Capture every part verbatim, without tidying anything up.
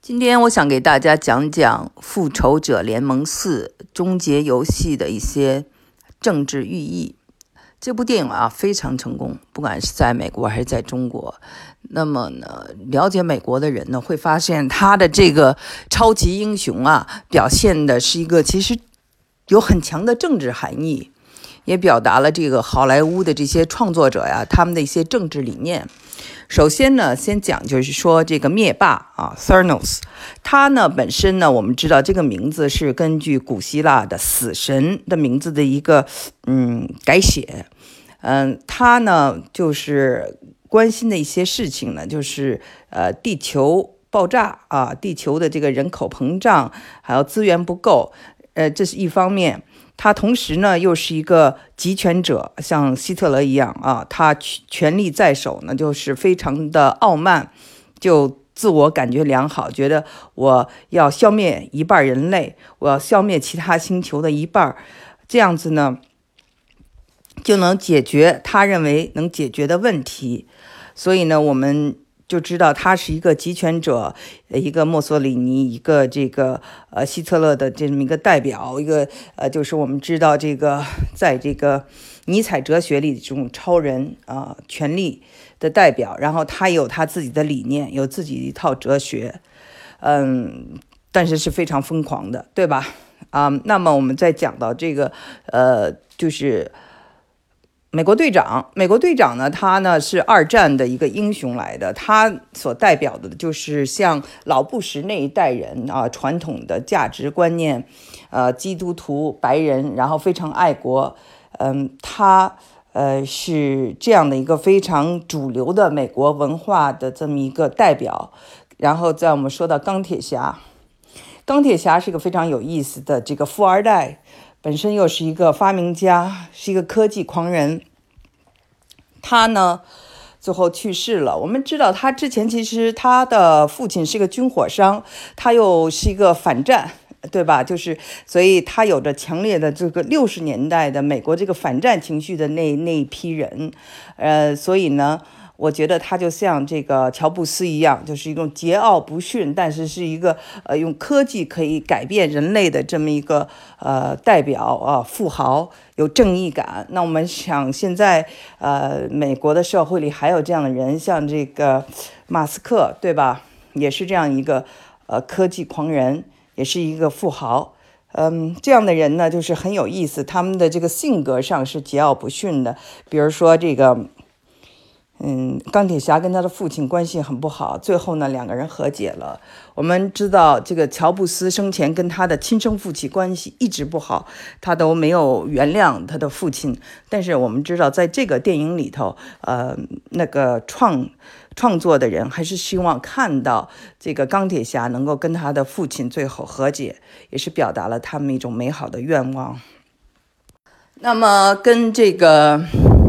今天我想给大家讲讲《复仇者联盟四：终结游戏》的一些政治寓意。这部电影啊非常成功，不管是在美国还是在中国。那么呢，了解美国的人呢会发现，他的这个超级英雄啊，表现的是一个其实有很强的政治含义，也表达了这个好莱坞的这些创作者呀，他们的一些政治理念。首先呢，先讲就是说这个灭霸啊 ，Thanos， 他呢本身呢，我们知道这个名字是根据古希腊的死神的名字的一个嗯改写，嗯，他呢就是关心的一些事情呢，就是呃地球爆炸啊，地球的这个人口膨胀，还有资源不够，呃，这是一方面。他同时呢，又是一个集权者，像希特勒一样啊，他权力在手呢，就是非常的傲慢，就自我感觉良好，觉得我要消灭一半人类，我要消灭其他星球的一半，这样子呢，就能解决他认为能解决的问题。所以呢，我们就知道他是一个集权者，一个墨索里尼，一个这个呃希特勒的这么一个代表，一个呃就是我们知道这个在这个尼采哲学里这种超人啊、呃、权力的代表，然后他有他自己的理念，有自己一套哲学，嗯，但是是非常疯狂的，对吧？啊、嗯，那么我们再讲到这个呃就是。美国队长，美国队长呢，他呢是二战的一个英雄来的，他所代表的就是像老布什那一代人啊，传统的价值观念，呃，基督徒白人，然后非常爱国，嗯，他呃是这样的一个非常主流的美国文化的这么一个代表。然后在我们说到钢铁侠，钢铁侠是一个非常有意思的这个富二代。本身又是一个发明家，是一个科技狂人。他呢，最后去世了。我们知道他之前其实他的父亲是个军火商，他又是一个反战，对吧？就是所以他有着强烈的这个六十年代的美国这个反战情绪的那那一批人，呃，所以呢。我觉得他就像这个乔布斯一样，就是一种桀骜不驯，但是是一个呃用科技可以改变人类的这么一个呃代表啊、呃、富豪，有正义感。那我们想现在呃美国的社会里还有这样的人，像这个马斯克，对吧？也是这样一个呃科技狂人，也是一个富豪。嗯，这样的人呢，就是很有意思，他们的这个性格上是桀骜不驯的。比如说这个。嗯，钢铁侠跟他的父亲关系很不好，最后呢，两个人和解了。我们知道，这个乔布斯生前跟他的亲生父亲关系一直不好，他都没有原谅他的父亲。但是我们知道，在这个电影里头，呃，那个创创作的人还是希望看到这个钢铁侠能够跟他的父亲最后和解，也是表达了他们一种美好的愿望。那么跟这个。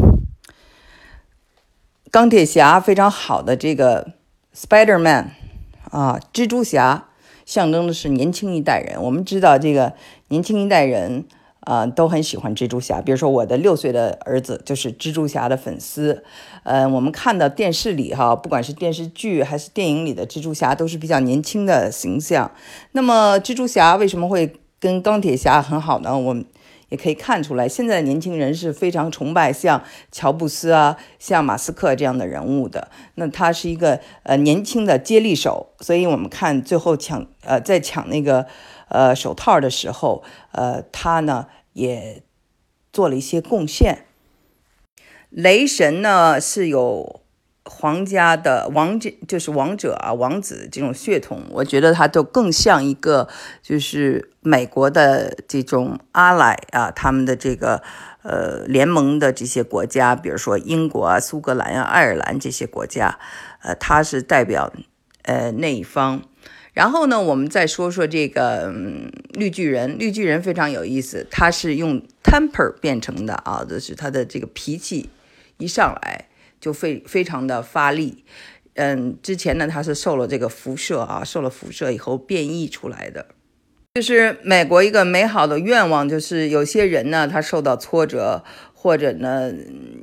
钢铁侠非常好的这个 Spider-Man 啊，蜘蛛侠象征的是年轻一代人。我们知道这个年轻一代人啊都很喜欢蜘蛛侠，比如说我的六岁的儿子就是蜘蛛侠的粉丝。呃，我们看到电视里哈，不管是电视剧还是电影里的蜘蛛侠都是比较年轻的形象。那么蜘蛛侠为什么会跟钢铁侠很好呢？我们也可以看出来，现在的年轻人是非常崇拜像乔布斯啊、像马斯克这样的人物的。那他是一个呃年轻的接力手，所以我们看最后抢呃在抢那个呃手套的时候，呃他呢也做了一些贡献。雷神呢是有皇家的王者，就是王者啊，王子这种血统，我觉得他就更像一个就是美国的这种阿莱啊，他们的这个呃联盟的这些国家，比如说英国啊、苏格兰啊、爱尔兰这些国家，呃，他是代表呃那一方。然后呢，我们再说说这个、嗯、绿巨人，绿巨人非常有意思，他是用 temper 变成的啊，就是他的这个脾气一上来。就非非常的发力，嗯，之前呢他是受了这个辐射啊，受了辐射以后变异出来的。就是美国一个美好的愿望，就是有些人呢他受到挫折，或者呢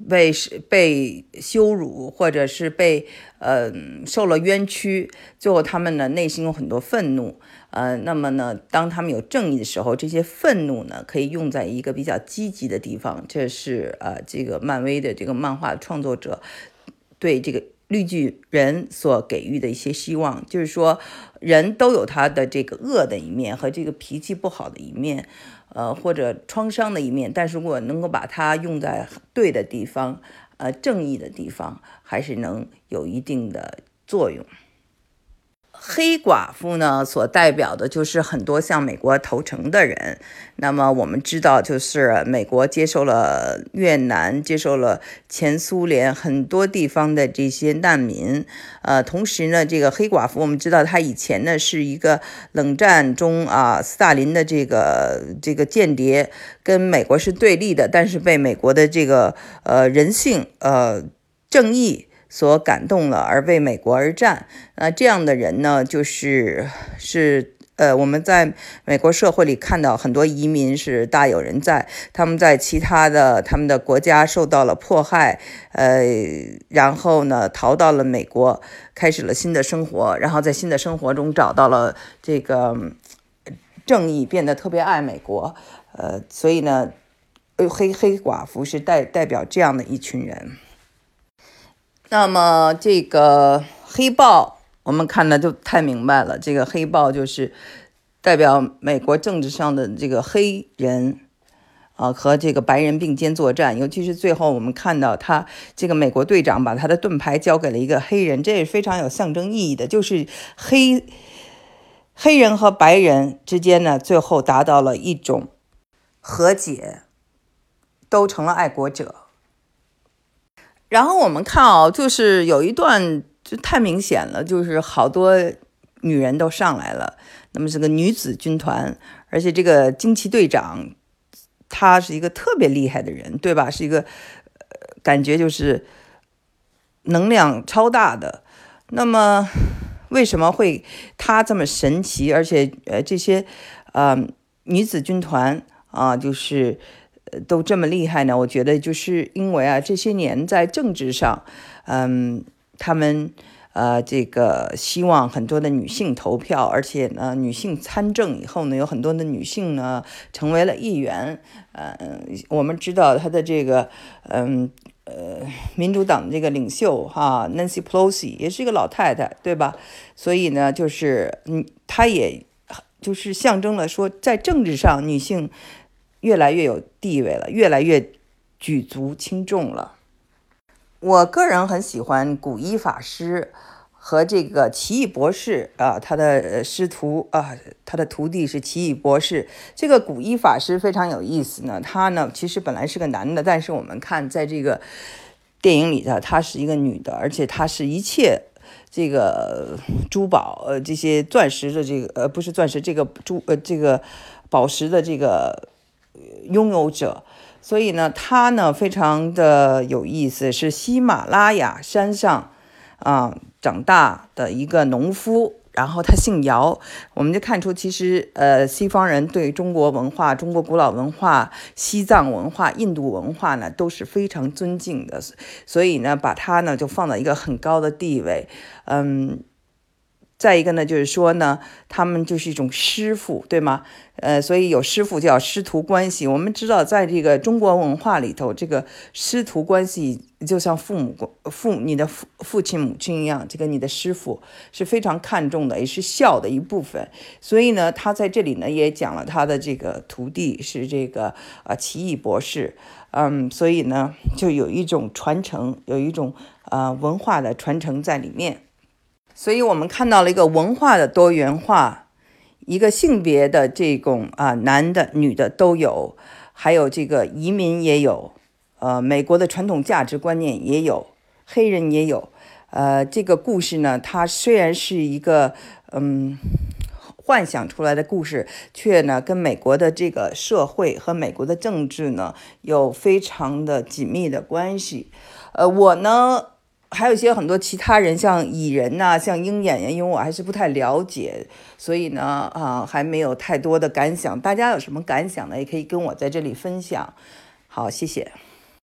被被羞辱，或者是被呃受了冤屈，最后他们呢内心有很多愤怒，呃，那么呢，当他们有正义的时候，这些愤怒呢可以用在一个比较积极的地方。这是呃这个漫威的这个漫画创作者对这个绿巨人所给予的一些希望，就是说人都有他的这个恶的一面和这个脾气不好的一面。呃，或者创伤的一面，但是如果能够把它用在对的地方，呃，正义的地方，还是能有一定的作用。黑寡妇呢，所代表的就是很多向美国投诚的人。那么我们知道，就是美国接受了越南，接受了前苏联很多地方的这些难民。呃，同时呢，这个黑寡妇，我们知道她以前呢是一个冷战中啊，斯大林的这个这个间谍，跟美国是对立的，但是被美国的这个呃人性呃正义所感动了，而为美国而战。那这样的人呢，就是是呃，我们在美国社会里看到很多移民是大有人在，他们在其他的他们的国家受到了迫害，呃，然后呢逃到了美国，开始了新的生活，然后在新的生活中找到了这个正义，变得特别爱美国。呃，所以呢，黑黑寡妇是代代表这样的一群人。那么这个黑豹，我们看的就太明白了，这个黑豹就是代表美国政治上的这个黑人啊，和这个白人并肩作战，尤其是最后我们看到他这个美国队长把他的盾牌交给了一个黑人，这也是非常有象征意义的，就是黑黑人和白人之间呢，最后达到了一种和解，都成了爱国者。然后我们看啊，就是有一段就太明显了，就是好多女人都上来了。那么是个女子军团，而且这个惊奇队长他是一个特别厉害的人，对吧？是一个、呃、感觉就是能量超大的。那么为什么会他这么神奇？而且呃这些呃女子军团啊，就是都这么厉害呢？我觉得就是因为啊，这些年在政治上，嗯，他们呃这个希望很多的女性投票，而且呢，女性参政以后呢，有很多的女性呢成为了议员。呃，我们知道他的这个嗯呃民主党的这个领袖哈、啊、Nancy Pelosi 也是一个老太太，对吧？所以呢，就是嗯，她也就是象征了说，在政治上女性越来越有地位了，越来越举足轻重了。我个人很喜欢古一法师和这个奇异博士啊，他的师徒啊，他的徒弟是奇异博士。这个古一法师非常有意思呢，他呢其实本来是个男的，但是我们看在这个电影里头，她是一个女的，而且她是一切这个珠宝呃这些钻石的这个呃不是钻石这个珠呃这个宝石的这个拥有者。所以呢，他呢非常的有意思，是喜马拉雅山上啊长大的一个农夫，然后他姓姚。我们就看出，其实呃西方人对中国文化、中国古老文化、西藏文化、印度文化呢都是非常尊敬的，所以呢把他呢就放到一个很高的地位。嗯。再一个呢，就是说呢，他们就是一种师傅，对吗？呃，所以有师傅叫师徒关系。我们知道，在这个中国文化里头，这个师徒关系就像父母父你的父父亲母亲一样，这个你的师傅是非常看重的，也是孝的一部分。所以呢，他在这里呢也讲了他的这个徒弟是这个呃奇异博士，嗯，所以呢就有一种传承，有一种呃文化的传承在里面。所以我们看到了一个文化的多元化，一个性别的这种啊，男的女的都有，还有这个移民也有，呃，美国的传统价值观念也有，黑人也有。呃，这个故事呢，它虽然是一个嗯幻想出来的故事，却呢跟美国的这个社会和美国的政治呢有非常的紧密的关系。呃，我呢。还有一些很多其他人，像蚁人呐、啊，像鹰眼呀，因为我还是不太了解，所以呢，啊，还没有太多的感想。大家有什么感想呢？也可以跟我在这里分享。好，谢谢。